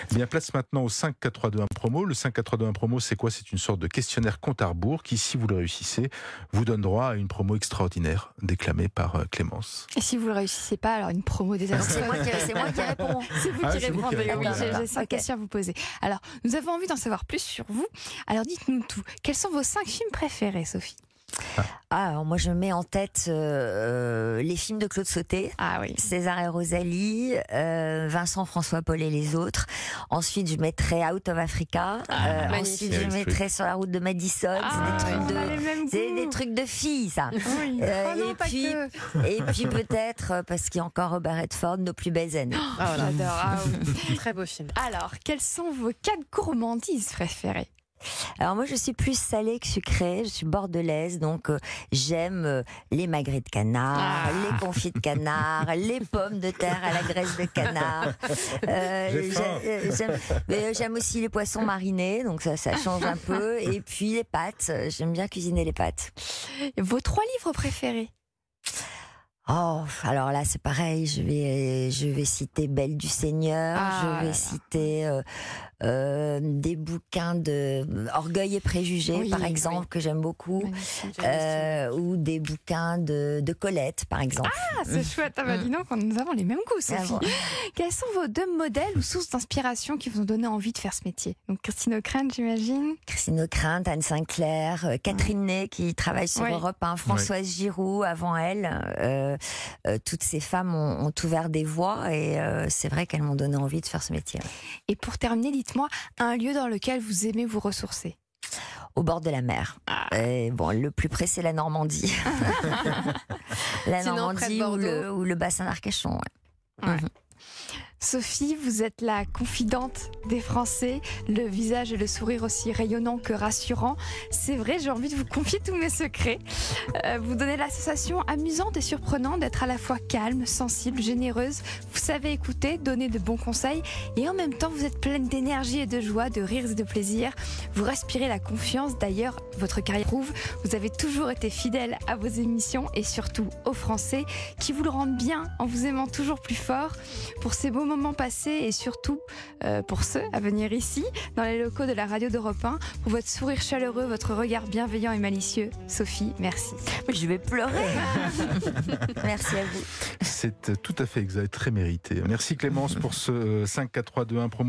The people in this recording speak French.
Bien, place maintenant au 5 4 3 2 1 promo. Le 5 4 3 2 1 promo, c'est quoi? C'est une sorte de questionnaire compte à rebours qui, si vous le réussissez, vous donne droit à une promo extraordinaire déclamée par Clémence. Et si vous ne le réussissez pas, alors une promo désastreuse. C'est moi qui réponds. C'est vous qui répondez. Oui, j'ai 5 questions à vous poser. Alors, nous avons envie d'en savoir plus sur vous. Alors, dites-nous tout. Quels sont vos 5 films préférés, Sophie? Alors moi je mets en tête les films de Claude Sauté, César et Rosalie, Vincent, François, Paul et les autres. Ensuite je mettrai Out of Africa. Ensuite je mettrai Sur la route de Madison. C'est des trucs de filles, ça. Oui. Et puis peut-être parce qu'il y a encore Robert Redford, Nos plus belles années. J'adore. Très beau film. Alors quelles sont vos 4 gourmandises préférées? Alors moi je suis plus salée que sucrée, je suis bordelaise, donc j'aime les magrets de canard, les confits de canard, les pommes de terre à la graisse de canard. J'aime aussi les poissons marinés, donc ça change un peu. Et puis les pâtes, j'aime bien cuisiner les pâtes. Vos 3 livres préférés? Oh, alors là c'est pareil, je vais citer Belle du Seigneur, je vais citer des bouquins de Orgueil et Préjugés, par exemple, que j'aime beaucoup, ou des bouquins de Colette, par exemple. Ah, c'est chouette, dis donc, nous avons les mêmes goûts, Sophie. Quels sont vos 2 modèles ou sources d'inspiration qui vous ont donné envie de faire ce métier? Donc Christine O'Krent, j'imagine. Christine O'Krent, Anne Sinclair, Catherine Ney qui travaille sur Europe 1, Françoise Giroud avant elle. Toutes ces femmes ont ouvert des voies et c'est vrai qu'elles m'ont donné envie de faire ce métier. Et pour terminer, dites-moi un lieu dans lequel vous aimez vous ressourcer. Au bord de la mer. Le plus près, c'est la Normandie. La Normandie ou le bassin d'Arcachon. Sophie, vous êtes la confidente des Français, le visage et le sourire aussi rayonnant que rassurant. C'est vrai, j'ai envie de vous confier tous mes secrets. Vous donnez la sensation amusante et surprenante d'être à la fois calme, sensible, généreuse. Vous savez écouter, donner de bons conseils et en même temps vous êtes pleine d'énergie et de joie, de rires et de plaisir. Vous respirez la confiance. D'ailleurs, votre carrière prouve, vous avez toujours été fidèle à vos émissions et surtout aux Français qui vous le rendent bien en vous aimant toujours plus fort. Pour ces beaux moments passés et surtout pour ceux à venir ici, dans les locaux de la radio d'Europe 1, pour votre sourire chaleureux, votre regard bienveillant et malicieux. Sophie, merci. Je vais pleurer. Merci à vous. C'est tout à fait exact, très mérité. Merci Clémence pour ce 5 4 3 2 1 promo.